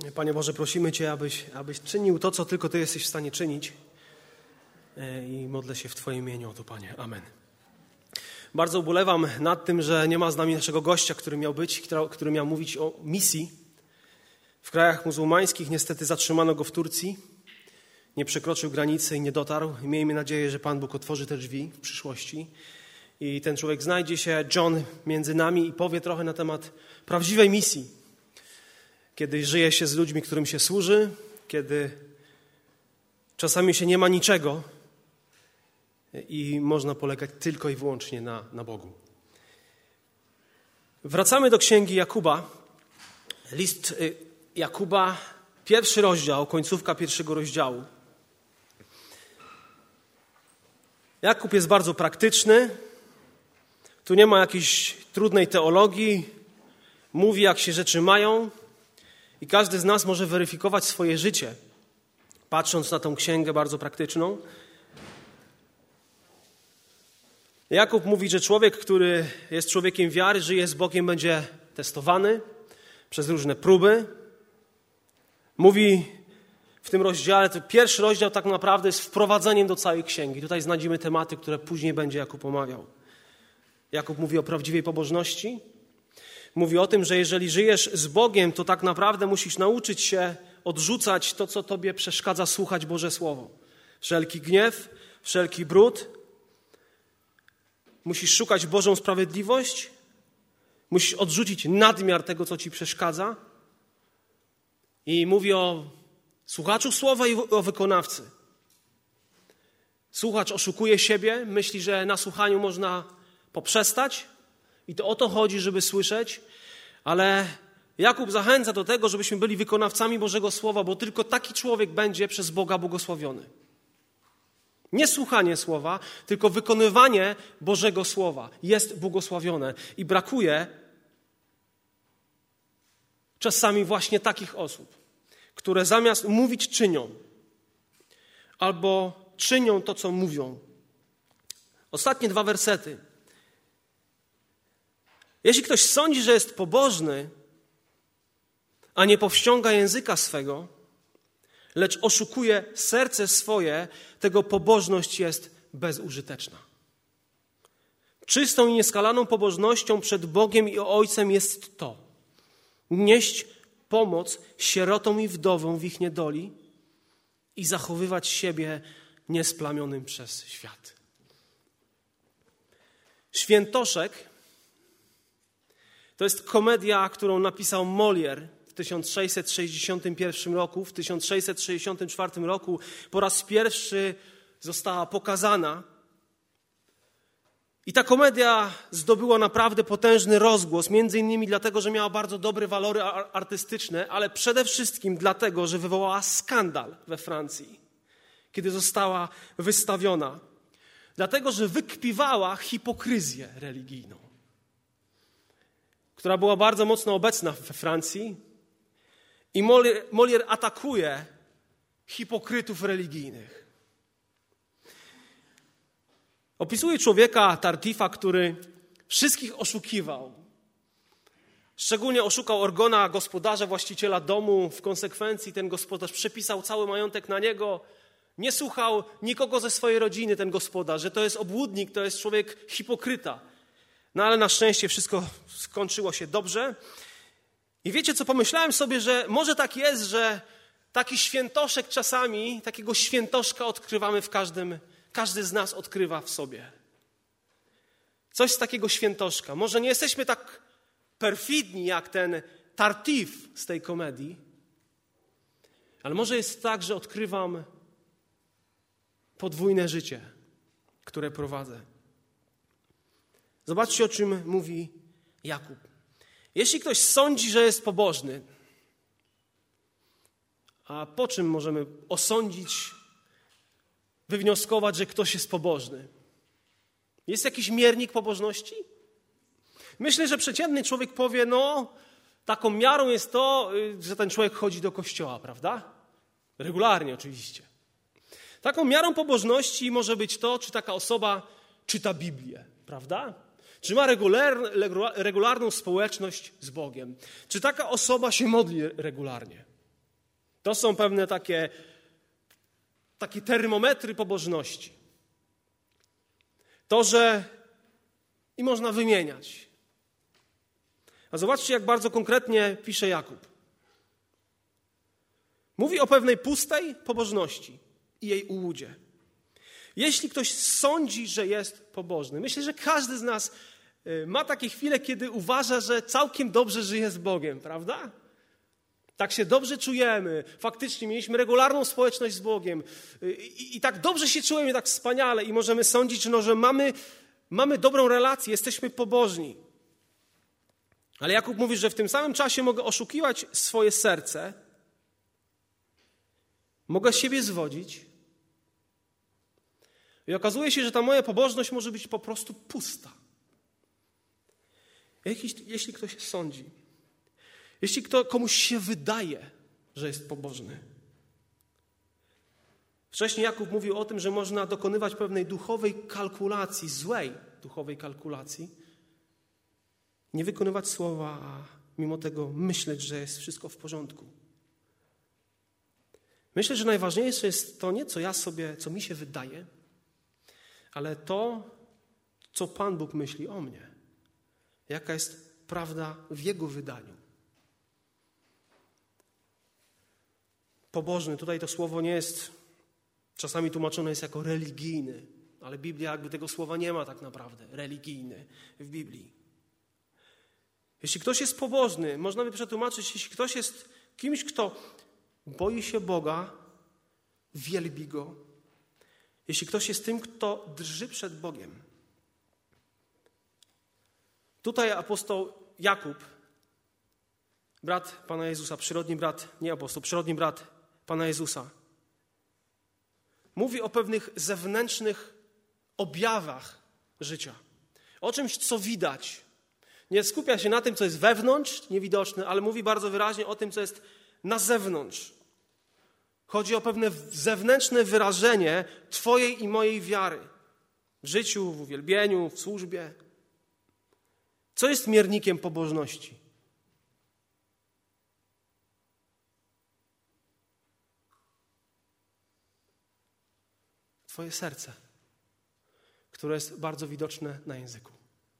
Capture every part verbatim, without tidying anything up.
Panie Boże, prosimy Cię, abyś, abyś czynił to, co tylko Ty jesteś w stanie czynić i modlę się w Twoim imieniu o to, Panie. Amen. Bardzo ubolewam nad tym, że nie ma z nami naszego gościa, który miał być, który miał mówić o misji. W krajach muzułmańskich niestety zatrzymano go w Turcji. Nie przekroczył granicy i nie dotarł. Miejmy nadzieję, że Pan Bóg otworzy te drzwi w przyszłości. I ten człowiek znajdzie się, John, między nami i powie trochę na temat prawdziwej misji. Kiedy żyje się z ludźmi, którym się służy, kiedy czasami się nie ma niczego i można polegać tylko i wyłącznie na, na Bogu. Wracamy do księgi Jakuba. List Jakuba, pierwszy rozdział, końcówka pierwszego rozdziału. Jakub jest bardzo praktyczny. Tu nie ma jakiejś trudnej teologii. Mówi, jak się rzeczy mają. I każdy z nas może weryfikować swoje życie, patrząc na tą księgę bardzo praktyczną. Jakub mówi, że człowiek, który jest człowiekiem wiary, żyje z Bogiem, będzie testowany przez różne próby. Mówi w tym rozdziale, to pierwszy rozdział tak naprawdę jest wprowadzeniem do całej księgi. Tutaj znajdziemy tematy, które później będzie Jakub omawiał. Jakub mówi o prawdziwej pobożności. Mówi o tym, że jeżeli żyjesz z Bogiem, to tak naprawdę musisz nauczyć się odrzucać to, co tobie przeszkadza słuchać Boże Słowo. Wszelki gniew, wszelki brud. Musisz szukać Bożą sprawiedliwość. Musisz odrzucić nadmiar tego, co ci przeszkadza. I mówi o słuchaczu słowa i o wykonawcy. Słuchacz oszukuje siebie, myśli, że na słuchaniu można poprzestać. I to o to chodzi, żeby słyszeć, ale Jakub zachęca do tego, żebyśmy byli wykonawcami Bożego Słowa, bo tylko taki człowiek będzie przez Boga błogosławiony. Nie słuchanie Słowa, tylko wykonywanie Bożego Słowa jest błogosławione i brakuje czasami właśnie takich osób, które zamiast mówić czynią albo czynią to, co mówią. Ostatnie dwa wersety. Jeśli ktoś sądzi, że jest pobożny, a nie powściąga języka swego, lecz oszukuje serce swoje, tego pobożność jest bezużyteczna. Czystą i nieskalaną pobożnością przed Bogiem i Ojcem jest to: nieść pomoc sierotom i wdowom w ich niedoli i zachowywać siebie niesplamionym przez świat. Świętoszek to jest komedia, którą napisał Molière w tysiąc sześćset sześćdziesiątym pierwszym roku. W tysiąc sześćset sześćdziesiątym czwartym roku po raz pierwszy została pokazana. I ta komedia zdobyła naprawdę potężny rozgłos, między innymi dlatego, że miała bardzo dobre walory artystyczne, ale przede wszystkim dlatego, że wywołała skandal we Francji, kiedy została wystawiona. Dlatego, że wykpiwała hipokryzję religijną, która była bardzo mocno obecna we Francji. I Molière atakuje hipokrytów religijnych. Opisuje człowieka, Tartifa, który wszystkich oszukiwał. Szczególnie oszukał Orgona, gospodarza, właściciela domu. W konsekwencji ten gospodarz przepisał cały majątek na niego. Nie słuchał nikogo ze swojej rodziny, ten gospodarz, że to jest obłudnik, to jest człowiek hipokryta. No ale na szczęście wszystko skończyło się dobrze. I wiecie co, pomyślałem sobie, że może tak jest, że taki świętoszek czasami, takiego świętoszka odkrywamy w każdym, każdy z nas odkrywa w sobie. Coś z takiego świętoszka. Może nie jesteśmy tak perfidni jak ten Tartif z tej komedii, ale może jest tak, że odkrywam podwójne życie, które prowadzę. Zobaczcie, o czym mówi Jakub. Jeśli ktoś sądzi, że jest pobożny, a po czym możemy osądzić, wywnioskować, że ktoś jest pobożny? Jest jakiś miernik pobożności? Myślę, że przeciętny człowiek powie, no, taką miarą jest to, że ten człowiek chodzi do kościoła, prawda? Regularnie oczywiście. Taką miarą pobożności może być to, czy taka osoba czyta Biblię, prawda? Czy ma regularną społeczność z Bogiem? Czy taka osoba się modli regularnie? To są pewne takie, takie termometry pobożności. To, że i można wymieniać. A zobaczcie, jak bardzo konkretnie pisze Jakub. Mówi o pewnej pustej pobożności i jej ułudzie. Jeśli ktoś sądzi, że jest pobożny, myślę, że każdy z nas ma takie chwile, kiedy uważa, że całkiem dobrze żyje z Bogiem, prawda? Tak się dobrze czujemy. Faktycznie mieliśmy regularną społeczność z Bogiem i, i tak dobrze się czujemy, tak wspaniale i możemy sądzić, no, że mamy, mamy dobrą relację, jesteśmy pobożni. Ale Jakub mówi, że w tym samym czasie mogę oszukiwać swoje serce, mogę siebie zwodzić i okazuje się, że ta moja pobożność może być po prostu pusta. Jeśli, jeśli ktoś sądzi, jeśli kto, komuś się wydaje, że jest pobożny. Wcześniej Jakub mówił o tym, że można dokonywać pewnej duchowej kalkulacji, złej duchowej kalkulacji, nie wykonywać słowa, a mimo tego myśleć, że jest wszystko w porządku. Myślę, że najważniejsze jest to nie, co ja sobie, co mi się wydaje, ale to, co Pan Bóg myśli o mnie. Jaka jest prawda w Jego wydaniu. Pobożny, tutaj to słowo nie jest, czasami tłumaczone jest jako religijny, ale Biblia jakby tego słowa nie ma tak naprawdę, religijny w Biblii. Jeśli ktoś jest pobożny, można by przetłumaczyć, jeśli ktoś jest kimś, kto boi się Boga, wielbi Go. Jeśli ktoś jest tym, kto drży przed Bogiem. Tutaj apostoł Jakub, brat Pana Jezusa, przyrodni brat, nie apostoł, przyrodni brat Pana Jezusa, mówi o pewnych zewnętrznych objawach życia. O czymś, co widać. Nie skupia się na tym, co jest wewnątrz, niewidoczne, ale mówi bardzo wyraźnie o tym, co jest na zewnątrz. Chodzi o pewne zewnętrzne wyrażenie Twojej i mojej wiary. W życiu, w uwielbieniu, w służbie. Co jest miernikiem pobożności? Twoje serce, które jest bardzo widoczne na języku.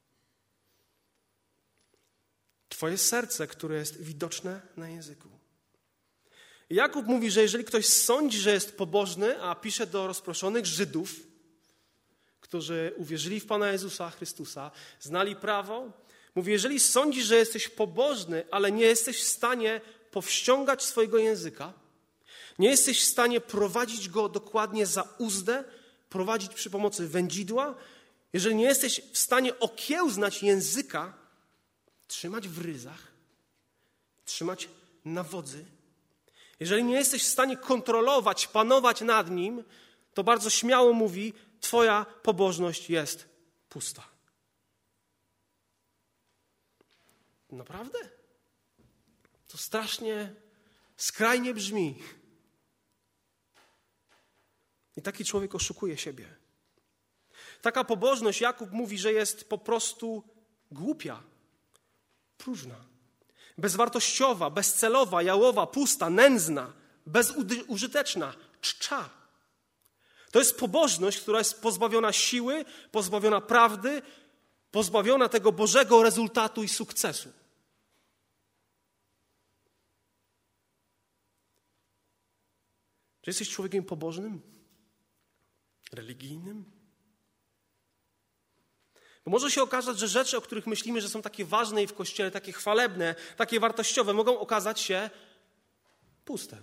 Twoje serce, które jest widoczne na języku. Jakub mówi, że jeżeli ktoś sądzi, że jest pobożny, a pisze do rozproszonych Żydów, którzy uwierzyli w Pana Jezusa Chrystusa, znali prawo, mówi, jeżeli sądzisz, że jesteś pobożny, ale nie jesteś w stanie powściągać swojego języka, nie jesteś w stanie prowadzić go dokładnie za uzdę, prowadzić przy pomocy wędzidła, jeżeli nie jesteś w stanie okiełznać języka, trzymać w ryzach, trzymać na wodzy, jeżeli nie jesteś w stanie kontrolować, panować nad nim, to bardzo śmiało mówi, twoja pobożność jest pusta. Naprawdę? To strasznie, skrajnie brzmi. I taki człowiek oszukuje siebie. Taka pobożność, Jakub mówi, że jest po prostu głupia, próżna, bezwartościowa, bezcelowa, jałowa, pusta, nędzna, bezużyteczna, czcza. To jest pobożność, która jest pozbawiona siły, pozbawiona prawdy, pozbawiona tego Bożego rezultatu i sukcesu. Czy jesteś człowiekiem pobożnym? Religijnym? Bo może się okazać, że rzeczy, o których myślimy, że są takie ważne i w Kościele, takie chwalebne, takie wartościowe, mogą okazać się puste.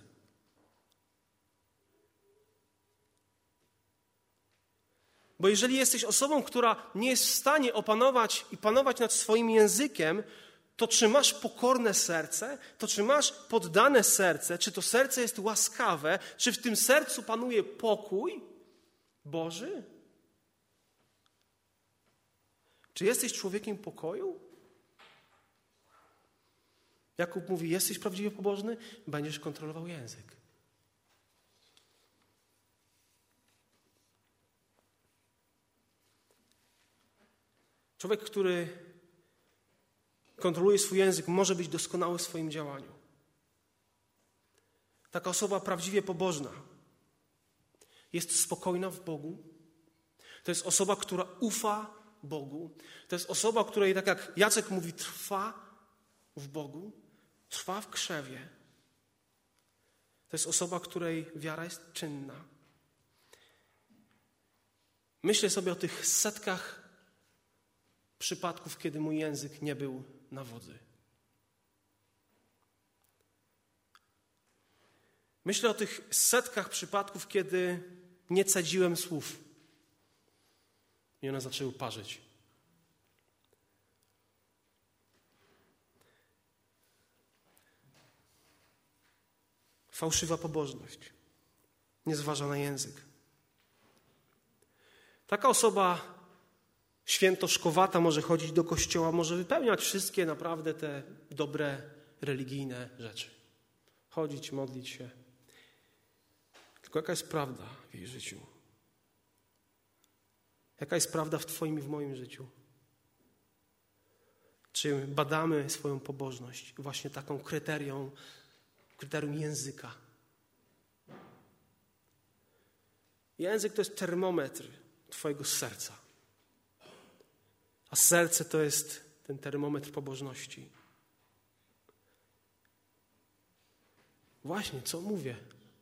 Bo jeżeli jesteś osobą, która nie jest w stanie opanować i panować nad swoim językiem, to czy masz pokorne serce, to czy masz poddane serce, czy to serce jest łaskawe, czy w tym sercu panuje pokój Boży? Czy jesteś człowiekiem pokoju? Jakub mówi, jesteś prawdziwie pobożny, będziesz kontrolował język. Człowiek, który kontroluje swój język, może być doskonały w swoim działaniu. Taka osoba prawdziwie pobożna jest spokojna w Bogu. To jest osoba, która ufa Bogu. To jest osoba, której, tak jak Jacek mówi, trwa w Bogu, trwa w krzewie. To jest osoba, której wiara jest czynna. Myślę sobie o tych setkach przypadków, kiedy mój język nie był na wodzy. Myślę o tych setkach przypadków, kiedy nie cedziłem słów i one zaczęły parzyć. Fałszywa pobożność. Nie zważa na język. Taka osoba świętoszkowata może chodzić do kościoła, może wypełniać wszystkie naprawdę te dobre, religijne rzeczy. Chodzić, modlić się. Tylko jaka jest prawda w jej życiu? Jaka jest prawda w twoim i w moim życiu? Czy badamy swoją pobożność właśnie taką kryterią, kryterium języka? Język to jest termometr twojego serca. A serce to jest ten termometr pobożności. Właśnie, co mówię?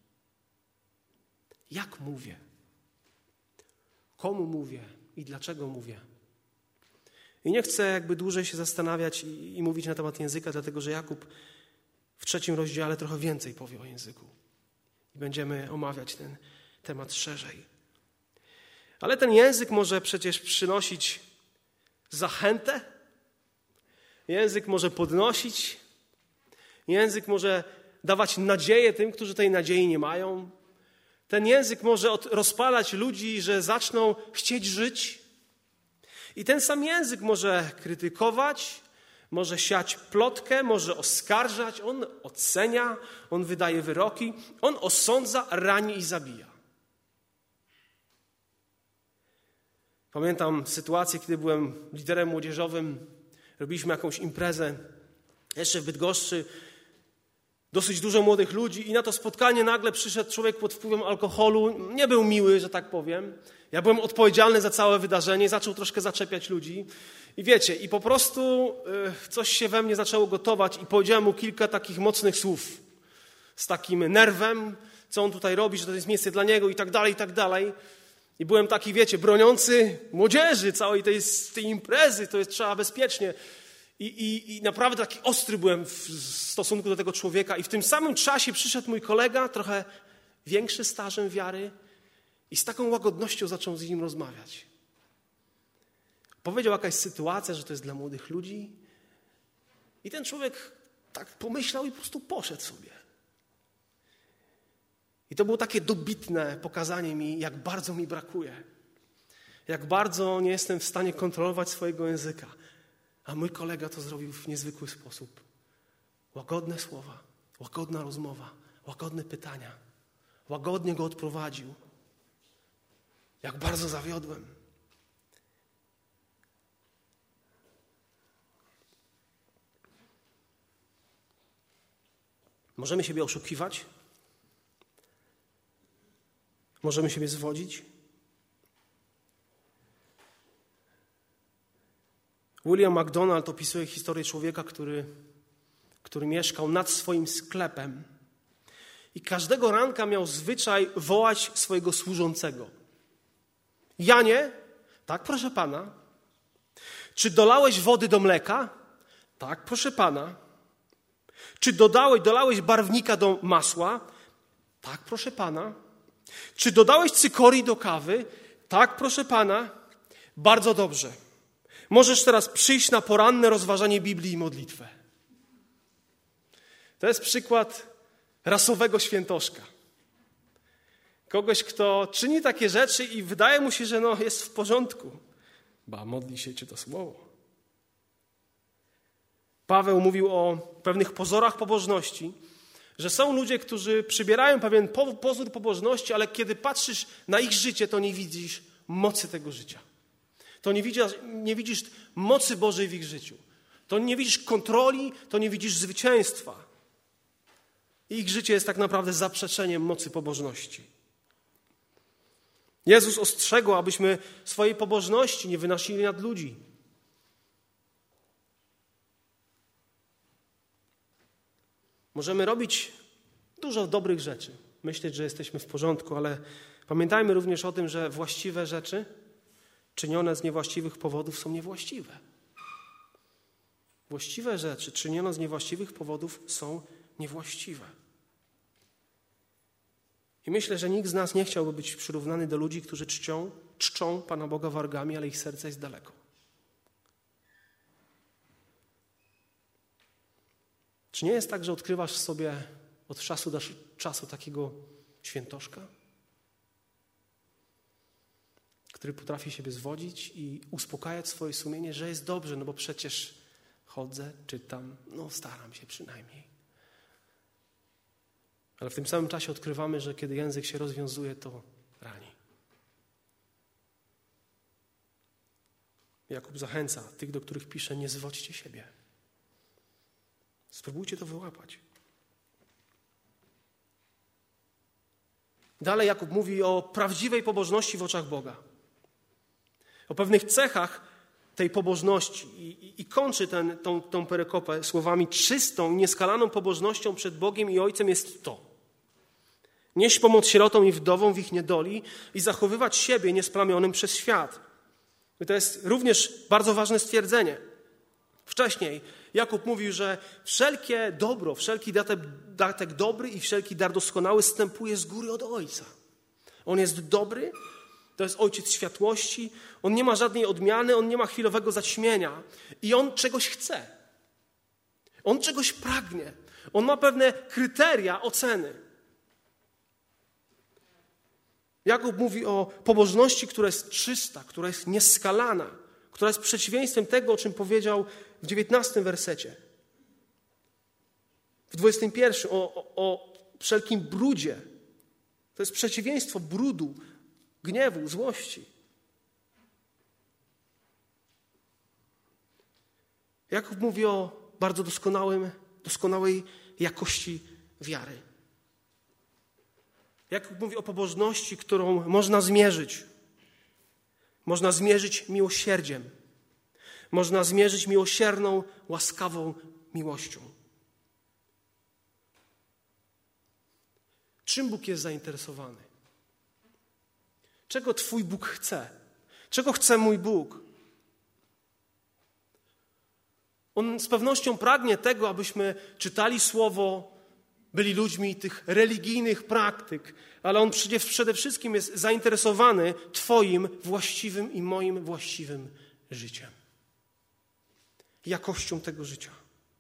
Jak mówię? Komu mówię i dlaczego mówię? I nie chcę jakby dłużej się zastanawiać i, i mówić na temat języka, dlatego że Jakub w trzecim rozdziale trochę więcej powie o języku. I będziemy omawiać ten temat szerzej. Ale ten język może przecież przynosić zachętę. Język może podnosić. Język może dawać nadzieję tym, którzy tej nadziei nie mają. Ten język może od, rozpalać ludzi, że zaczną chcieć żyć. I ten sam język może krytykować, może siać plotkę, może oskarżać. On ocenia, on wydaje wyroki, on osądza, rani i zabija. Pamiętam sytuację, kiedy byłem liderem młodzieżowym, robiliśmy jakąś imprezę, jeszcze w Bydgoszczy, dosyć dużo młodych ludzi i na to spotkanie nagle przyszedł człowiek pod wpływem alkoholu, nie był miły, że tak powiem. Ja byłem odpowiedzialny za całe wydarzenie, zaczął troszkę zaczepiać ludzi i wiecie, i po prostu y, coś się we mnie zaczęło gotować i powiedziałem mu kilka takich mocnych słów z takim nerwem, co on tutaj robi, że to jest miejsce dla niego i tak dalej, i tak dalej. I byłem taki, wiecie, broniący młodzieży całej tej, tej imprezy, to jest trzeba bezpiecznie. I, i, I naprawdę taki ostry byłem w stosunku do tego człowieka. I w tym samym czasie przyszedł mój kolega, trochę większy stażem wiary i z taką łagodnością zaczął z nim rozmawiać. Powiedział jakaś sytuacja, że to jest dla młodych ludzi. I ten człowiek tak pomyślał i po prostu poszedł sobie. I to było takie dobitne pokazanie mi, jak bardzo mi brakuje. Jak bardzo nie jestem w stanie kontrolować swojego języka. A mój kolega to zrobił w niezwykły sposób. Łagodne słowa, łagodna rozmowa, łagodne pytania. Łagodnie go odprowadził. Jak bardzo zawiodłem. Możemy siebie oszukiwać. Możemy siebie zwodzić. William MacDonald opisuje historię człowieka, który, który mieszkał nad swoim sklepem i każdego ranka miał zwyczaj wołać swojego służącego. Janie, tak proszę pana. Czy dolałeś wody do mleka? Tak proszę pana. Czy dodałeś, dolałeś barwnika do masła? Tak proszę pana. Czy dodałeś cykorii do kawy? Tak proszę pana. Bardzo dobrze. Możesz teraz przyjść na poranne rozważanie Biblii i modlitwę. To jest przykład rasowego świętoszka. Kogoś, kto czyni takie rzeczy i wydaje mu się, że no jest w porządku. Ba, modli się, czyta słowo. Paweł mówił o pewnych pozorach pobożności, że są ludzie, którzy przybierają pewien pozór pobożności, ale kiedy patrzysz na ich życie, to nie widzisz mocy tego życia. To nie widzisz, nie widzisz mocy Bożej w ich życiu. To nie widzisz kontroli, to nie widzisz zwycięstwa. Ich życie jest tak naprawdę zaprzeczeniem mocy pobożności. Jezus ostrzegał, abyśmy swojej pobożności nie wynosili nad ludzi. Możemy robić dużo dobrych rzeczy, myśleć, że jesteśmy w porządku, ale pamiętajmy również o tym, że właściwe rzeczy czynione z niewłaściwych powodów są niewłaściwe. Właściwe rzeczy czynione z niewłaściwych powodów są niewłaściwe. I myślę, że nikt z nas nie chciałby być przyrównany do ludzi, którzy czcią, czczą Pana Boga wargami, ale ich serce jest daleko. Czy nie jest tak, że odkrywasz w sobie od czasu do czasu takiego świętoszka, który potrafi siebie zwodzić i uspokajać swoje sumienie, że jest dobrze, no bo przecież chodzę, czytam, no staram się przynajmniej. Ale w tym samym czasie odkrywamy, że kiedy język się rozwiązuje, to rani. Jakub zachęca tych, do których pisze, nie zwodźcie siebie. Spróbujcie to wyłapać. Dalej Jakub mówi o prawdziwej pobożności w oczach Boga. O pewnych cechach tej pobożności i, i, i kończy ten, tą, tą perykopę słowami: czystą i nieskalaną pobożnością przed Bogiem i Ojcem jest to: nieść pomoc sierotom i wdowom w ich niedoli i zachowywać siebie niesplamionym przez świat. I to jest również bardzo ważne stwierdzenie. Wcześniej Jakub mówił, że wszelkie dobro, wszelki datek, datek dobry i wszelki dar doskonały zstępuje z góry od Ojca. On jest dobry, to jest Ojciec światłości, On nie ma żadnej odmiany, On nie ma chwilowego zaćmienia i On czegoś chce. On czegoś pragnie. On ma pewne kryteria oceny. Jakub mówi o pobożności, która jest czysta, która jest nieskalana, która jest przeciwieństwem tego, o czym powiedział w dziewiętnastym wersecie. W dwudziestym pierwszym o, o, o wszelkim brudzie. To jest przeciwieństwo brudu, gniewu, złości. Jakub mówi o bardzo doskonałym, doskonałej jakości wiary. Jakub mówi o pobożności, którą można zmierzyć. Można zmierzyć miłosierdziem. Można zmierzyć miłosierną, łaskawą miłością. Czym Bóg jest zainteresowany? Czego Twój Bóg chce? Czego chce mój Bóg? On z pewnością pragnie tego, abyśmy czytali Słowo, byli ludźmi tych religijnych praktyk, ale On przede wszystkim jest zainteresowany Twoim właściwym i moim właściwym życiem. Jakością tego życia.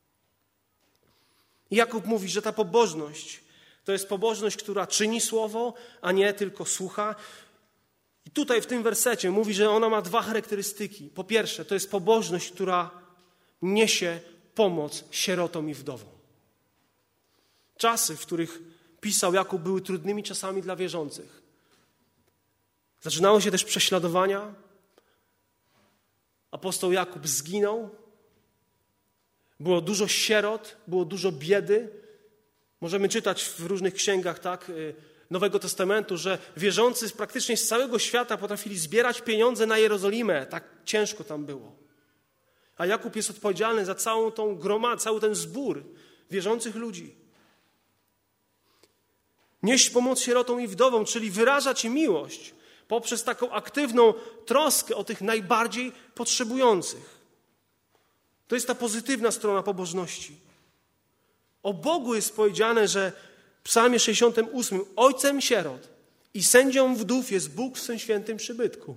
Jakub mówi, że ta pobożność to jest pobożność, która czyni Słowo, a nie tylko słucha. I tutaj w tym wersecie mówi, że ona ma dwa charakterystyki. Po pierwsze, to jest pobożność, która niesie pomoc sierotom i wdowom. Czasy, w których pisał Jakub, były trudnymi czasami dla wierzących. Zaczynały się też prześladowania. Apostoł Jakub zginął. Było dużo sierot, było dużo biedy. Możemy czytać w różnych księgach, tak, Nowego Testamentu, że wierzący praktycznie z całego świata potrafili zbierać pieniądze na Jerozolimę. Tak ciężko tam było. A Jakub jest odpowiedzialny za całą tą gromadę, cały ten zbór wierzących ludzi. Nieść pomoc sierotom i wdowom, czyli wyrażać miłość poprzez taką aktywną troskę o tych najbardziej potrzebujących. To jest ta pozytywna strona pobożności. O Bogu jest powiedziane, że w Psalmie sześćdziesiątym ósmym Ojcem sierot i sędzią wdów jest Bóg w swym świętym przybytku.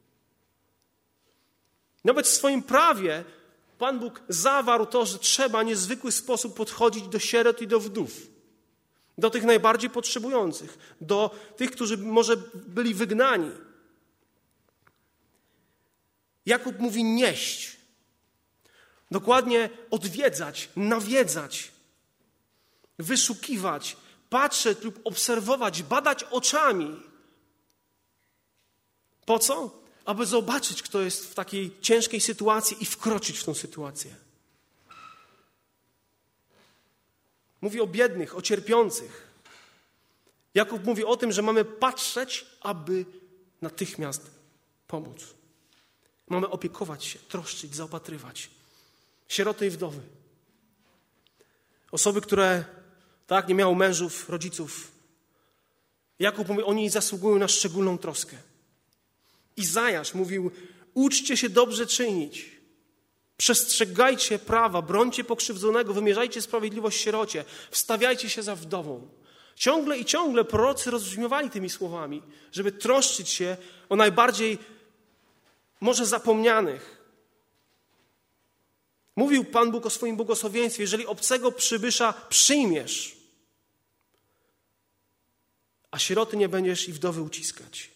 Nawet w swoim prawie Pan Bóg zawarł to, że trzeba w niezwykły sposób podchodzić do sierot i do wdów. Do tych najbardziej potrzebujących. Do tych, którzy może byli wygnani. Jakub mówi nieść. Dokładnie odwiedzać, nawiedzać, wyszukiwać, patrzeć lub obserwować, badać oczami. Po co? Aby zobaczyć, kto jest w takiej ciężkiej sytuacji i wkroczyć w tą sytuację. Mówi o biednych, o cierpiących. Jakub mówi o tym, że mamy patrzeć, aby natychmiast pomóc. Mamy opiekować się, troszczyć, zaopatrywać. Sieroty i wdowy. Osoby, które tak nie miały mężów, rodziców. Jakub mówi, oni zasługują na szczególną troskę. Izajasz mówił, uczcie się dobrze czynić. Przestrzegajcie prawa, brońcie pokrzywdzonego, wymierzajcie sprawiedliwość sierocie, wstawiajcie się za wdową. Ciągle i ciągle prorocy rozbrzmiewali tymi słowami, żeby troszczyć się o najbardziej może zapomnianych. Mówił Pan Bóg o swoim błogosławieństwie, jeżeli obcego przybysza przyjmiesz, a sieroty nie będziesz i wdowy uciskać.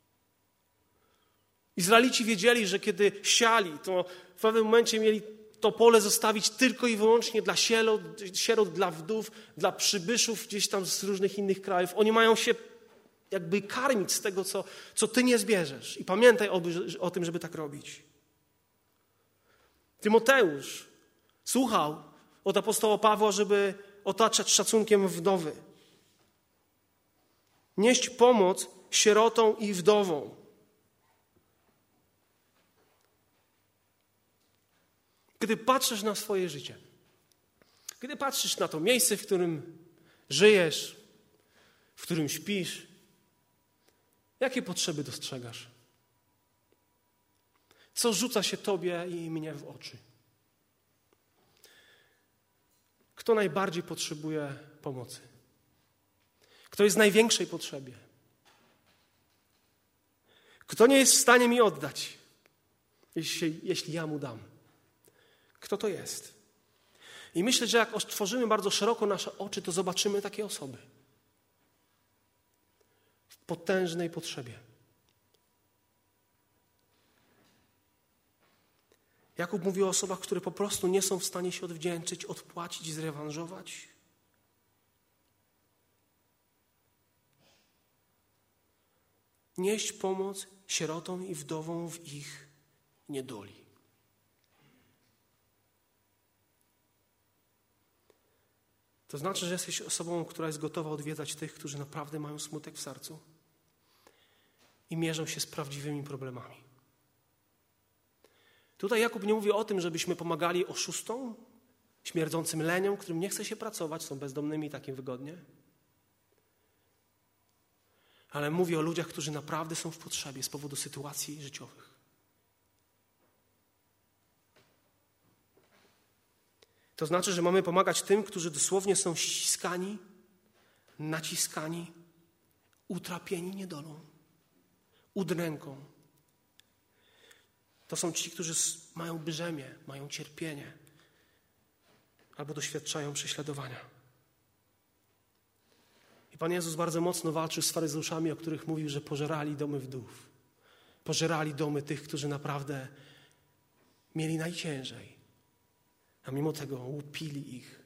Izraelici wiedzieli, że kiedy siali, to w pewnym momencie mieli to pole zostawić tylko i wyłącznie dla sierot, sierot, dla wdów, dla przybyszów gdzieś tam z różnych innych krajów. Oni mają się jakby karmić z tego, co, co ty nie zbierzesz. I pamiętaj o, o tym, żeby tak robić. Tymoteusz słuchał od apostoła Pawła, żeby otaczać szacunkiem wdowy. Nieść pomoc sierotom i wdowom. Kiedy patrzysz na swoje życie, kiedy patrzysz na to miejsce, w którym żyjesz, w którym śpisz, jakie potrzeby dostrzegasz? Co rzuca się tobie i mnie w oczy? Kto najbardziej potrzebuje pomocy? Kto jest w największej potrzebie? Kto nie jest w stanie mi oddać, jeśli, jeśli ja mu dam? Kto to jest? I myślę, że jak otworzymy bardzo szeroko nasze oczy, to zobaczymy takie osoby w potężnej potrzebie. Jakub mówi o osobach, które po prostu nie są w stanie się odwdzięczyć, odpłacić, zrewanżować. Nieść pomoc sierotom i wdowom w ich niedoli. To znaczy, że jesteś osobą, która jest gotowa odwiedzać tych, którzy naprawdę mają smutek w sercu i mierzą się z prawdziwymi problemami. Tutaj Jakub nie mówi o tym, żebyśmy pomagali oszustom, śmierdzącym leniom, którym nie chce się pracować, są bezdomnymi i takim wygodnie. Ale mówi o ludziach, którzy naprawdę są w potrzebie z powodu sytuacji życiowych. To znaczy, że mamy pomagać tym, którzy dosłownie są ściskani, naciskani, utrapieni niedolą, udręką. To są ci, którzy mają brzemię, mają cierpienie albo doświadczają prześladowania. I Pan Jezus bardzo mocno walczył z faryzeuszami, o których mówił, że pożerali domy wdów. Pożerali domy tych, którzy naprawdę mieli najciężej. A mimo tego łupili ich.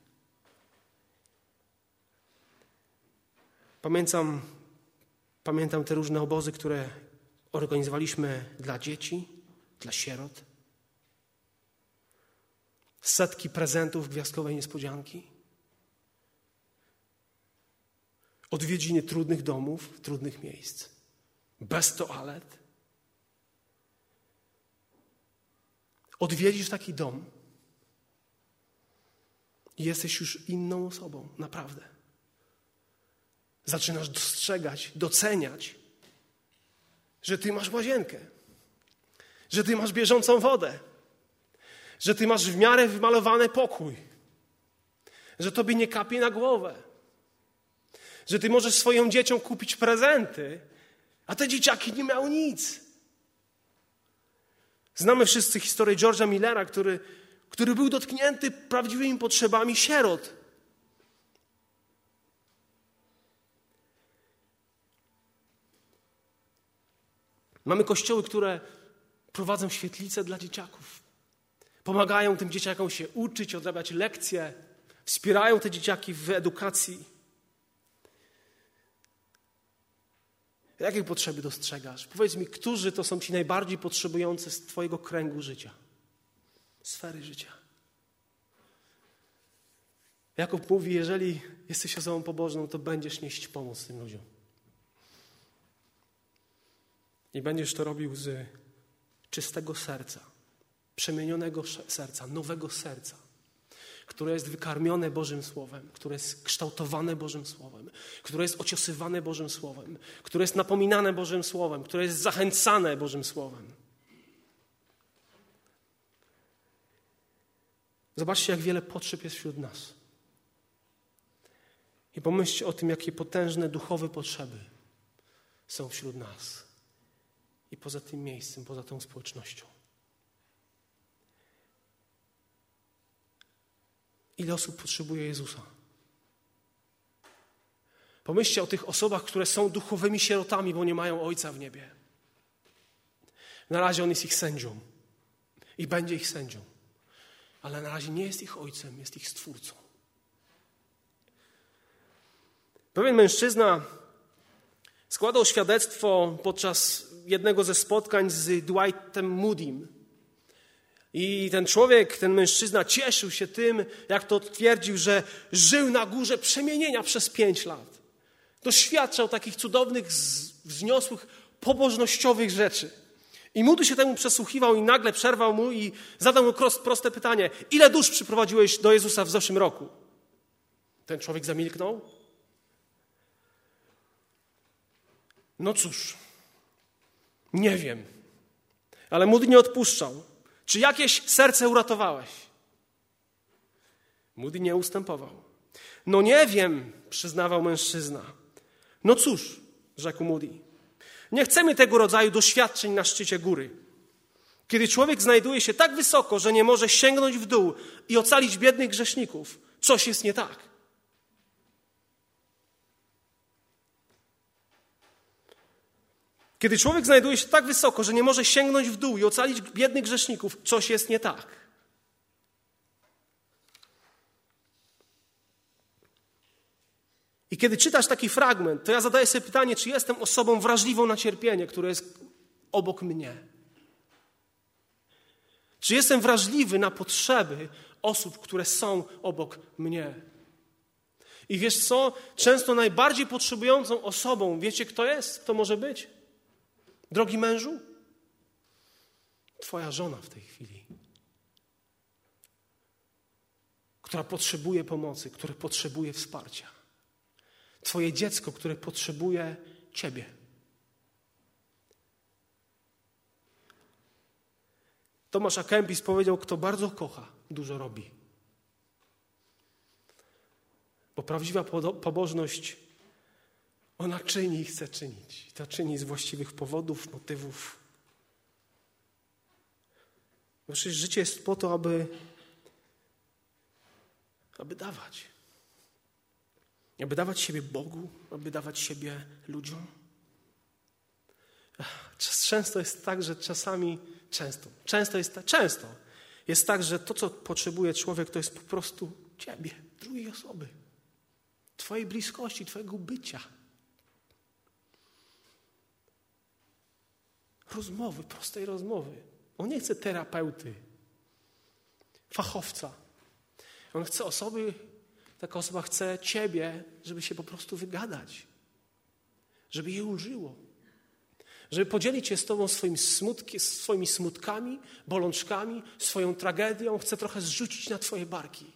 Pamiętam, pamiętam te różne obozy, które organizowaliśmy dla dzieci, dla sierot. Setki prezentów gwiazdkowej niespodzianki. Odwiedziny trudnych domów, trudnych miejsc. Bez toalet. Odwiedzisz taki dom i jesteś już inną osobą, naprawdę. Zaczynasz dostrzegać, doceniać, że ty masz łazienkę, że ty masz bieżącą wodę, że ty masz w miarę wymalowany pokój, że tobie nie kapie na głowę, że ty możesz swoim dzieciom kupić prezenty, a te dzieciaki nie miały nic. Znamy wszyscy historię George'a Millera, który, który był dotknięty prawdziwymi potrzebami sierot. Mamy kościoły, które prowadzą świetlice dla dzieciaków. Pomagają tym dzieciakom się uczyć, odrabiać lekcje. Wspierają te dzieciaki w edukacji. Jakie potrzeby dostrzegasz? Powiedz mi, którzy to są ci najbardziej potrzebujący z twojego kręgu życia? Sfery życia. Jakub mówi, jeżeli jesteś osobą pobożną, to będziesz nieść pomoc tym ludziom. I będziesz to robił z czystego serca, przemienionego serca, nowego serca, które jest wykarmione Bożym Słowem, które jest kształtowane Bożym Słowem, które jest ociosywane Bożym Słowem, które jest napominane Bożym Słowem, które jest zachęcane Bożym Słowem. Zobaczcie, jak wiele potrzeb jest wśród nas. I pomyślcie o tym, jakie potężne duchowe potrzeby są wśród nas. I poza tym miejscem, poza tą społecznością. Ile osób potrzebuje Jezusa? Pomyślcie o tych osobach, które są duchowymi sierotami, bo nie mają Ojca w niebie. Na razie On jest ich sędzią i będzie ich sędzią. Ale na razie nie jest ich ojcem, jest ich stwórcą. Pewien mężczyzna składał świadectwo podczas jednego ze spotkań z Dwightem Moody'm. I ten człowiek, ten mężczyzna cieszył się tym, jak to twierdził, że żył na górze przemienienia przez pięć lat. Doświadczał takich cudownych, wzniosłych, pobożnościowych rzeczy. I Moody się temu przesłuchiwał i nagle przerwał mu i zadał mu proste pytanie. Ile dusz przyprowadziłeś do Jezusa w zeszłym roku? Ten człowiek zamilknął. No cóż, nie wiem. Ale Moody nie odpuszczał. Czy jakieś serce uratowałeś? Moody nie ustępował. No nie wiem, przyznawał mężczyzna. No cóż, rzekł Moody. Nie chcemy tego rodzaju doświadczeń na szczycie góry. Kiedy człowiek znajduje się tak wysoko, że nie może sięgnąć w dół i ocalić biednych grzeszników, coś jest nie tak. Kiedy człowiek znajduje się tak wysoko, że nie może sięgnąć w dół i ocalić biednych grzeszników, coś jest nie tak. I kiedy czytasz taki fragment, to ja zadaję sobie pytanie, czy jestem osobą wrażliwą na cierpienie, które jest obok mnie. Czy jestem wrażliwy na potrzeby osób, które są obok mnie. I wiesz co? Często najbardziej potrzebującą osobą, wiecie kto jest? Kto może być? Drogi mężu? Twoja żona w tej chwili. Która potrzebuje pomocy, która potrzebuje wsparcia. Twoje dziecko, które potrzebuje ciebie. Tomasz A. Kempis powiedział, kto bardzo kocha, dużo robi. Bo prawdziwa pobożność, ona czyni i chce czynić. I to czyni z właściwych powodów, motywów. Bo przecież życie jest po to, aby, aby dawać. Aby dawać siebie Bogu, aby dawać siebie ludziom. Często jest tak, że czasami, często, często jest, często jest tak, że to, co potrzebuje człowiek, to jest po prostu ciebie, drugiej osoby. Twojej bliskości, twojego bycia. Rozmowy, prostej rozmowy. On nie chce terapeuty, fachowca. On chce osoby, taka osoba chce ciebie, żeby się po prostu wygadać. Żeby jej ulżyło. Żeby podzielić się z tobą swoim smutki, swoimi smutkami, bolączkami, swoją tragedią. Chce trochę zrzucić na twoje barki.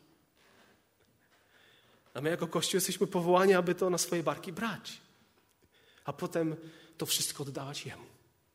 A my jako Kościół jesteśmy powołani, aby to na swoje barki brać. A potem to wszystko oddawać Jemu.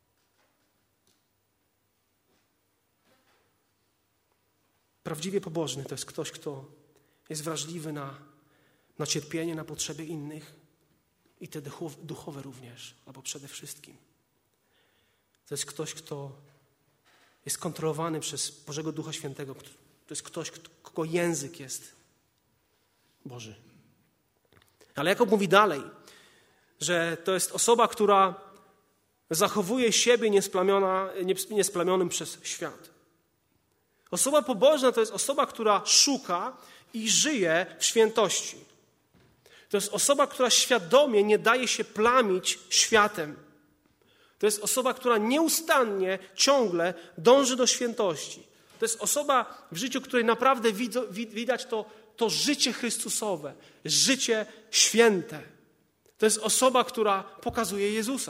Prawdziwie pobożny to jest ktoś, kto jest wrażliwy na, na cierpienie, na potrzeby innych i te duchowe również, albo przede wszystkim. To jest ktoś, kto jest kontrolowany przez Bożego Ducha Świętego. To jest ktoś, kogo język jest Boży. Ale Jakub mówi dalej, że to jest osoba, która zachowuje siebie niesplamiona, niesplamionym przez świat. Osoba pobożna to jest osoba, która szuka i żyje w świętości. To jest osoba, która świadomie nie daje się plamić światem. To jest osoba, która nieustannie, ciągle dąży do świętości. To jest osoba w życiu, której naprawdę widać to to życie Chrystusowe, życie święte. To jest osoba, która pokazuje Jezusa.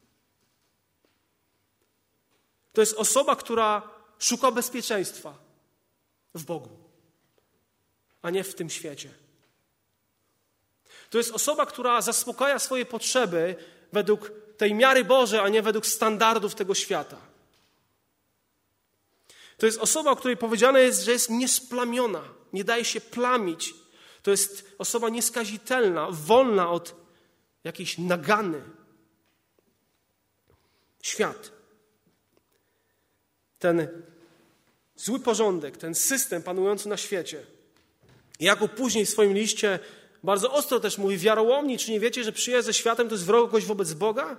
To jest osoba, która szuka bezpieczeństwa w Bogu, a nie w tym świecie. To jest osoba, która zaspokaja swoje potrzeby według tej miary Bożej, a nie według standardów tego świata. To jest osoba, o której powiedziane jest, że jest niesplamiona, nie daje się plamić. To jest osoba nieskazitelna, wolna od jakiejś nagany. Świat. Ten zły porządek, ten system panujący na świecie. Jakub później w swoim liście bardzo ostro też mówi: wiarołomni, czy nie wiecie, że przyjaźń ze światem to jest wrogość wobec Boga?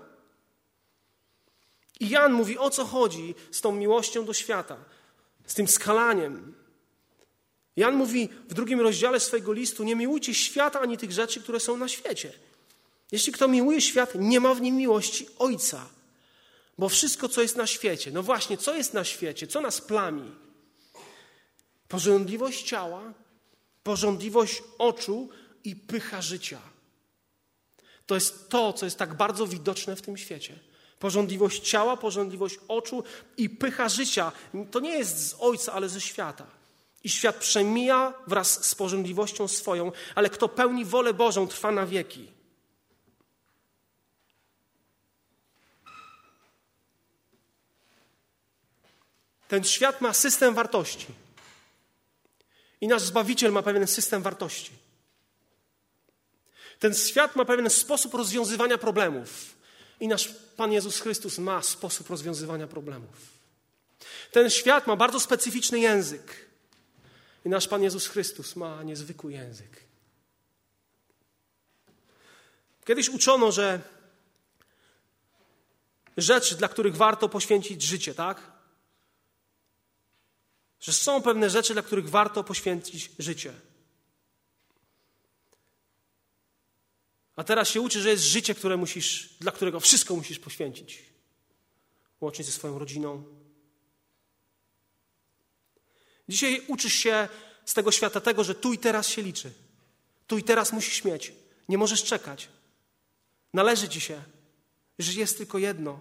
I Jan mówi, o co chodzi z tą miłością do świata, z tym skalaniem. Jan mówi w drugim rozdziale swojego listu: nie miłujcie świata ani tych rzeczy, które są na świecie. Jeśli kto miłuje świat, nie ma w nim miłości Ojca. Bo wszystko, co jest na świecie, no właśnie, co jest na świecie, co nas plami? Pożądliwość ciała, pożądliwość oczu i pycha życia. To jest to, co jest tak bardzo widoczne w tym świecie. Pożądliwość ciała, pożądliwość oczu i pycha życia. To nie jest z Ojca, ale ze świata. I świat przemija wraz z pożądliwością swoją, ale kto pełni wolę Bożą, trwa na wieki. Ten świat ma system wartości. I nasz Zbawiciel ma pewien system wartości. Ten świat ma pewien sposób rozwiązywania problemów. I nasz Pan Jezus Chrystus ma sposób rozwiązywania problemów. Ten świat ma bardzo specyficzny język. I nasz Pan Jezus Chrystus ma niezwykły język. Kiedyś uczono, że rzeczy, dla których warto poświęcić życie, tak? Że są pewne rzeczy, dla których warto poświęcić życie. A teraz się uczy, że jest życie, które musisz, dla którego wszystko musisz poświęcić. Łącznie ze swoją rodziną. Dzisiaj uczysz się z tego świata tego, że tu i teraz się liczy. Tu i teraz musisz mieć. Nie możesz czekać. Należy ci się, że jest tylko jedno.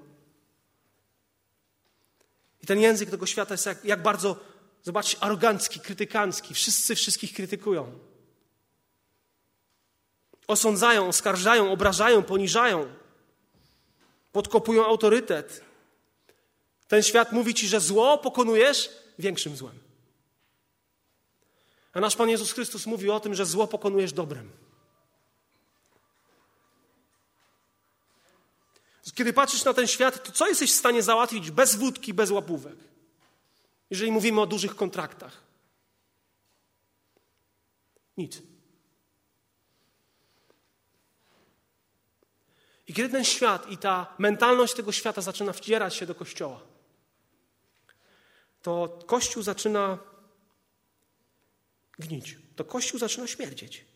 I ten język tego świata jest jak, jak bardzo, zobaczcie, arogancki, krytykancki. Wszyscy wszystkich krytykują. Osądzają, oskarżają, obrażają, poniżają. Podkopują autorytet. Ten świat mówi ci, że zło pokonujesz większym złem. A nasz Pan Jezus Chrystus mówi o tym, że zło pokonujesz dobrem. Kiedy patrzysz na ten świat, to co jesteś w stanie załatwić bez wódki, bez łapówek? Jeżeli mówimy o dużych kontraktach. Nic. I kiedy ten świat i ta mentalność tego świata zaczyna wcierać się do Kościoła, to Kościół zaczyna gnić. To Kościół zaczyna śmierdzieć.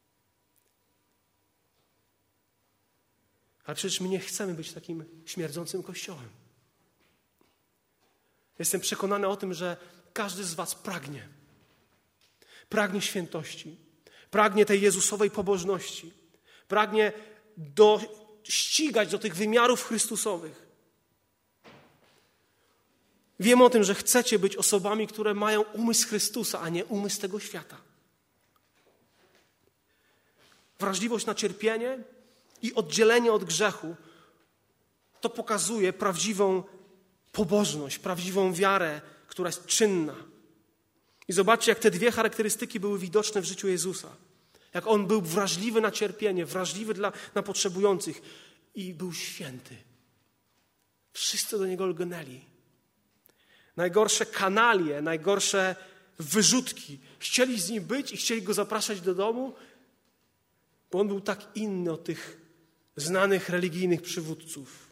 Ale przecież my nie chcemy być takim śmierdzącym Kościołem. Jestem przekonany o tym, że każdy z was pragnie. Pragnie świętości. Pragnie tej Jezusowej pobożności. Pragnie do, ścigać do tych wymiarów Chrystusowych. Wiem o tym, że chcecie być osobami, które mają umysł Chrystusa, a nie umysł tego świata. Wrażliwość na cierpienie i oddzielenie od grzechu to pokazuje prawdziwą pobożność, prawdziwą wiarę, która jest czynna. I zobaczcie, jak te dwie charakterystyki były widoczne w życiu Jezusa. Jak On był wrażliwy na cierpienie, wrażliwy dla, na potrzebujących i był święty. Wszyscy do Niego lgnęli. Najgorsze kanalie, najgorsze wyrzutki. Chcieli z Nim być i chcieli Go zapraszać do domu, bo On był tak inny od tych znanych religijnych przywódców.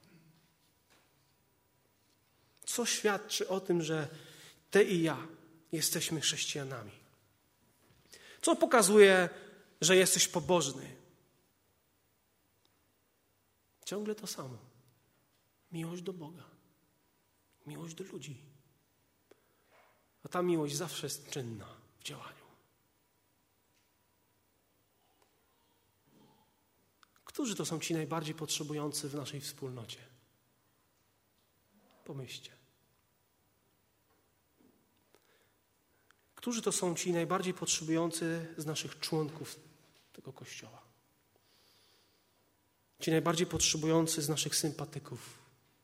Co świadczy o tym, że ty i ja jesteśmy chrześcijanami? Co pokazuje, że jesteś pobożny? Ciągle to samo. Miłość do Boga. Miłość do ludzi. A ta miłość zawsze jest czynna w działaniu. Którzy to są ci najbardziej potrzebujący w naszej wspólnocie? Pomyślcie. Którzy to są ci najbardziej potrzebujący z naszych członków tego Kościoła? Ci najbardziej potrzebujący z naszych sympatyków?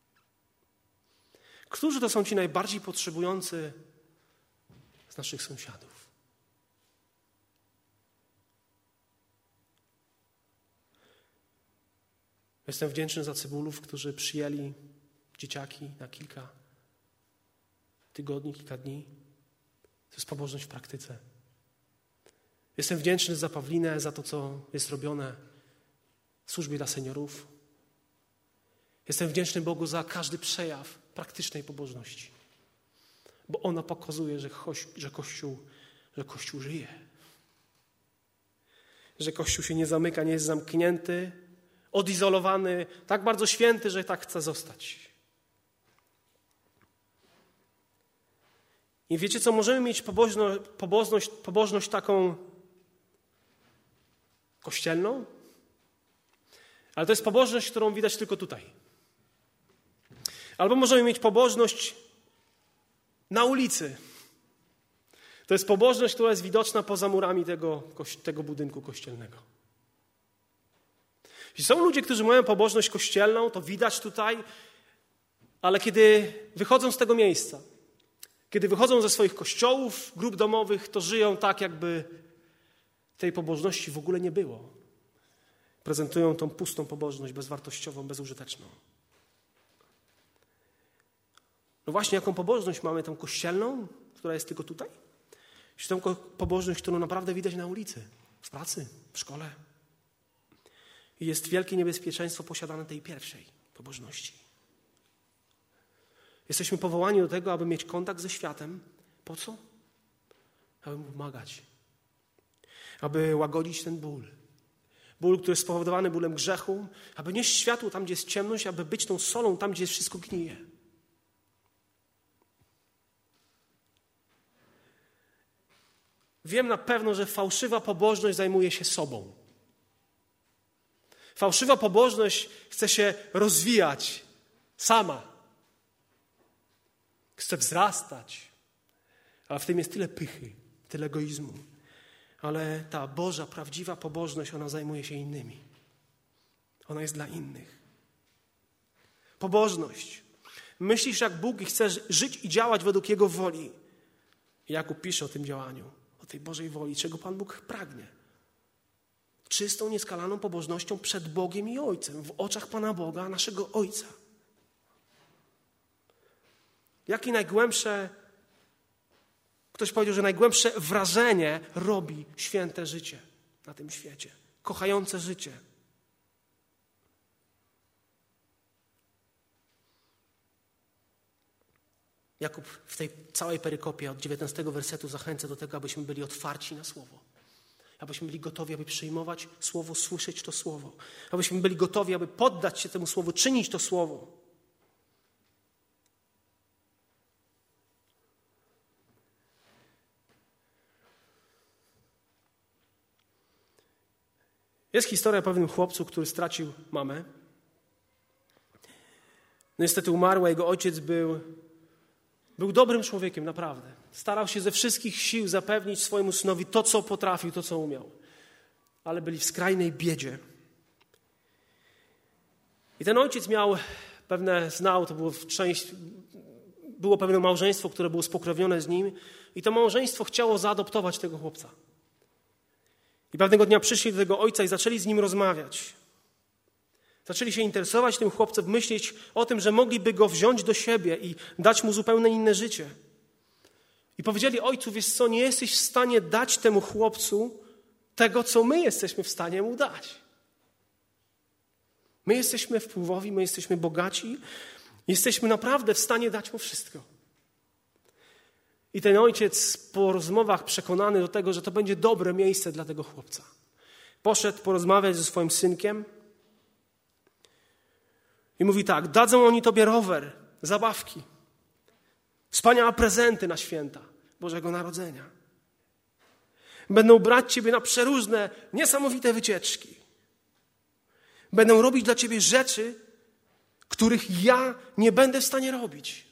Którzy to są ci najbardziej potrzebujący z naszych sąsiadów? Jestem wdzięczny za cybulów, którzy przyjęli dzieciaki na kilka tygodni, kilka dni. To jest pobożność w praktyce. Jestem wdzięczny za Pawlinę, za to, co jest robione w służbie dla seniorów. Jestem wdzięczny Bogu za każdy przejaw praktycznej pobożności. Bo ona pokazuje, że, choś, że, Kościół, że Kościół żyje. Że Kościół się nie zamyka, nie jest zamknięty, odizolowany, tak bardzo święty, że tak chce zostać. I wiecie co, możemy mieć pobożność, pobożność, pobożność taką kościelną, ale to jest pobożność, którą widać tylko tutaj. Albo możemy mieć pobożność na ulicy. To jest pobożność, która jest widoczna poza murami tego, tego budynku kościelnego. Jeśli są ludzie, którzy mają pobożność kościelną, to widać tutaj, ale kiedy wychodzą z tego miejsca, kiedy wychodzą ze swoich kościołów, grup domowych, to żyją tak, jakby tej pobożności w ogóle nie było. Prezentują tą pustą pobożność, bezwartościową, bezużyteczną. No właśnie, jaką pobożność mamy? Tą kościelną, która jest tylko tutaj? Czy tą pobożność, którą naprawdę widać na ulicy, w pracy, w szkole? I jest wielkie niebezpieczeństwo posiadane tej pierwszej pobożności. Jesteśmy powołani do tego, aby mieć kontakt ze światem. Po co? Aby mu pomagać. Aby łagodzić ten ból. Ból, który jest spowodowany bólem grzechu. Aby nieść światło tam, gdzie jest ciemność. Aby być tą solą tam, gdzie wszystko gnije. Wiem na pewno, że fałszywa pobożność zajmuje się sobą. Fałszywa pobożność chce się rozwijać sama. Chce wzrastać. Ale w tym jest tyle pychy, tyle egoizmu. Ale ta Boża, prawdziwa pobożność, ona zajmuje się innymi. Ona jest dla innych. Pobożność. Myślisz jak Bóg i chcesz żyć i działać według Jego woli. Jakub pisze o tym działaniu, o tej Bożej woli, czego Pan Bóg pragnie. Czystą, nieskalaną pobożnością przed Bogiem i Ojcem, w oczach Pana Boga, naszego Ojca. Jakie najgłębsze, ktoś powiedział, że najgłębsze wrażenie robi święte życie na tym świecie. Kochające życie. Jakub w tej całej perykopie od dziewiętnastego wersetu zachęca do tego, abyśmy byli otwarci na Słowo. Abyśmy byli gotowi, aby przyjmować Słowo, słyszeć to Słowo. Abyśmy byli gotowi, aby poddać się temu Słowu, czynić to Słowo. Jest historia o pewnym chłopcu, który stracił mamę. Niestety umarła, jego ojciec był, był dobrym człowiekiem, naprawdę. Starał się ze wszystkich sił zapewnić swojemu synowi to, co potrafił, to, co umiał. Ale byli w skrajnej biedzie. I ten ojciec miał pewne, znał, to było część, było pewne małżeństwo, które było spokrewnione z nim i to małżeństwo chciało zaadoptować tego chłopca. I pewnego dnia przyszli do tego ojca i zaczęli z nim rozmawiać. Zaczęli się interesować tym chłopcem, myśleć o tym, że mogliby go wziąć do siebie i dać mu zupełnie inne życie. I powiedzieli ojcu, wiesz co, nie jesteś w stanie dać temu chłopcu tego, co my jesteśmy w stanie mu dać. My jesteśmy wpływowi, my jesteśmy bogaci, jesteśmy naprawdę w stanie dać mu wszystko. I ten ojciec po rozmowach przekonany do tego, że to będzie dobre miejsce dla tego chłopca. Poszedł porozmawiać ze swoim synkiem i mówi tak, dadzą oni tobie rower, zabawki, wspaniałe prezenty na święta Bożego Narodzenia. Będą brać ciebie na przeróżne, niesamowite wycieczki. Będę robić dla Ciebie rzeczy, których ja nie będę w stanie robić.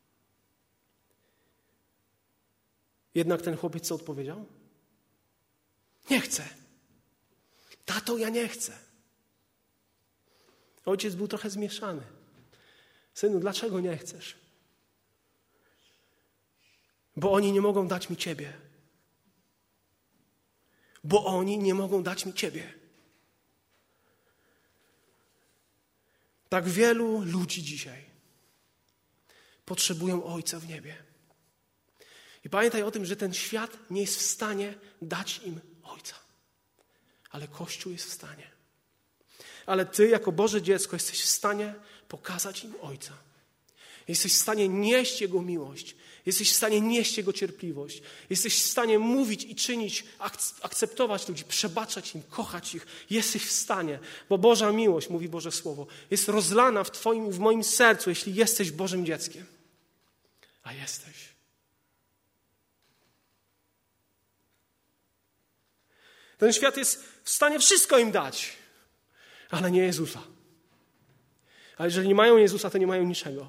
Jednak ten chłopiec co odpowiedział? Nie chcę. Tato, ja nie chcę. Ojciec był trochę zmieszany. Synu, dlaczego nie chcesz? Bo oni nie mogą dać mi Ciebie. Bo oni nie mogą dać mi Ciebie. Tak wielu ludzi dzisiaj potrzebują Ojca w niebie. I pamiętaj o tym, że ten świat nie jest w stanie dać im Ojca. Ale Kościół jest w stanie. Ale Ty jako Boże dziecko jesteś w stanie pokazać im Ojca. Jesteś w stanie nieść Jego miłość. Jesteś w stanie nieść Jego cierpliwość. Jesteś w stanie mówić i czynić, akceptować ludzi, przebaczać im, kochać ich. Jesteś w stanie, bo Boża miłość, mówi Boże Słowo, jest rozlana w Twoim i w moim sercu, jeśli jesteś Bożym dzieckiem. A jesteś. Ten świat jest w stanie wszystko im dać, ale nie Jezusa. A jeżeli nie mają Jezusa, to nie mają niczego.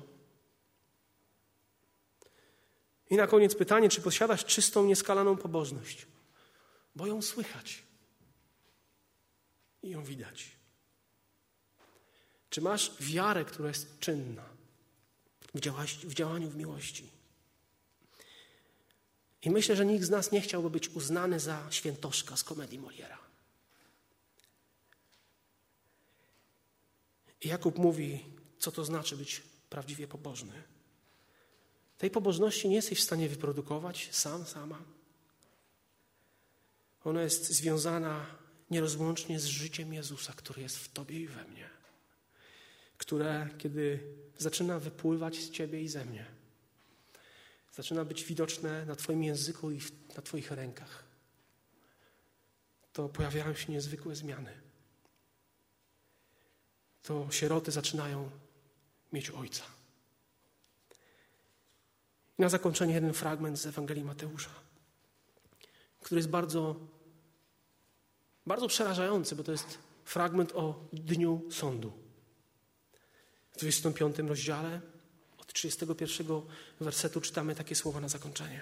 I na koniec pytanie, czy posiadasz czystą, nieskalaną pobożność? Bo ją słychać i ją widać. Czy masz wiarę, która jest czynna w, działa- w działaniu w miłości? I myślę, że nikt z nas nie chciałby być uznany za świętoszka z komedii Moliera. I Jakub mówi, co to znaczy być prawdziwie pobożny. Tej pobożności nie jesteś w stanie wyprodukować sam, sama. Ona jest związana nierozłącznie z życiem Jezusa, który jest w Tobie i we mnie. Które, kiedy zaczyna wypływać z Ciebie i ze mnie, zaczyna być widoczne na Twoim języku i na Twoich rękach, to pojawiają się niezwykłe zmiany. To sieroty zaczynają mieć Ojca. I na zakończenie jeden fragment z Ewangelii Mateusza, który jest bardzo, bardzo przerażający, bo to jest fragment o dniu sądu. W dwudziestym piątym rozdziale, od trzydziestego pierwszego wersetu czytamy takie słowa na zakończenie.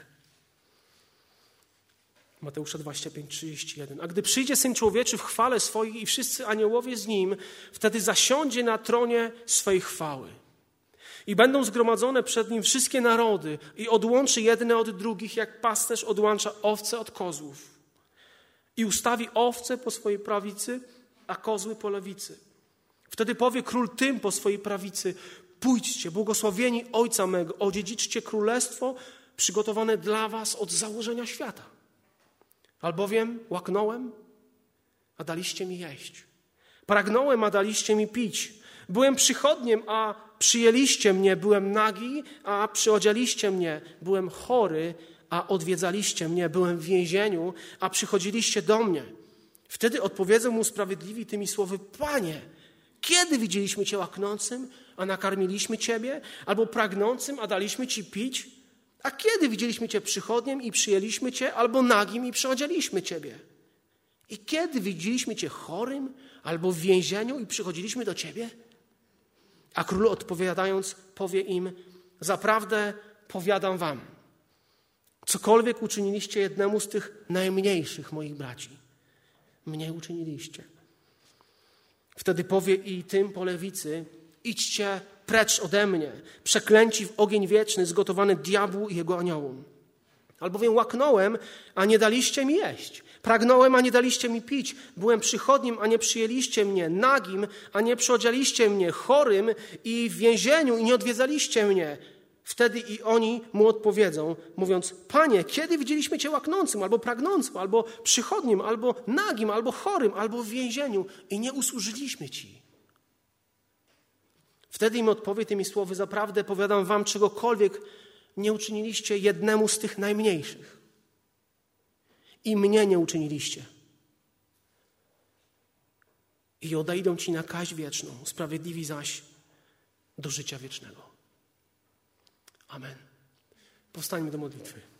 Mateusza dwadzieścia pięć, trzydzieści jeden. A gdy przyjdzie Syn Człowieczy w chwale swoich i wszyscy aniołowie z Nim, wtedy zasiądzie na tronie swej chwały. I będą zgromadzone przed Nim wszystkie narody i odłączy jedne od drugich, jak pasterz odłącza owce od kozłów. I ustawi owce po swojej prawicy, a kozły po lewicy. Wtedy powie król tym po swojej prawicy: pójdźcie, błogosławieni Ojca mego, odziedziczcie królestwo przygotowane dla was od założenia świata. Albowiem łaknąłem, a daliście mi jeść. Pragnąłem, a daliście mi pić. Byłem przychodniem, a przyjęliście mnie. Byłem nagi, a przyodzialiście mnie. Byłem chory, a odwiedzaliście mnie. Byłem w więzieniu, a przychodziliście do mnie. Wtedy odpowiedzą mu sprawiedliwi tymi słowy: Panie, kiedy widzieliśmy Cię łaknącym, a nakarmiliśmy Ciebie? Albo pragnącym, a daliśmy Ci pić? A kiedy widzieliśmy Cię przychodniem i przyjęliśmy Cię? Albo nagim i przyodzialiśmy Ciebie? I kiedy widzieliśmy Cię chorym, albo w więzieniu i przychodziliśmy do Ciebie? A król odpowiadając powie im: zaprawdę powiadam wam, cokolwiek uczyniliście jednemu z tych najmniejszych moich braci, mnie uczyniliście. Wtedy powie i tym po lewicy: idźcie precz ode mnie, przeklęci w ogień wieczny, zgotowany diabłu i jego aniołom. Albowiem łaknąłem, a nie daliście mi jeść. Pragnąłem, a nie daliście mi pić. Byłem przychodnim, a nie przyjęliście mnie. Nagim, a nie przyodzialiście mnie. Chorym i w więzieniu, i nie odwiedzaliście mnie. Wtedy i oni mu odpowiedzą, mówiąc: Panie, kiedy widzieliśmy Cię łaknącym, albo pragnącym, albo przychodnim, albo nagim, albo chorym, albo w więzieniu i nie usłużyliśmy Ci? Wtedy im odpowie tymi słowy: zaprawdę powiadam wam, czegokolwiek nie uczyniliście jednemu z tych najmniejszych, i mnie nie uczyniliście. I odejdą ci na kaźń wieczną, sprawiedliwi zaś do życia wiecznego. Amen. Powstańmy do modlitwy.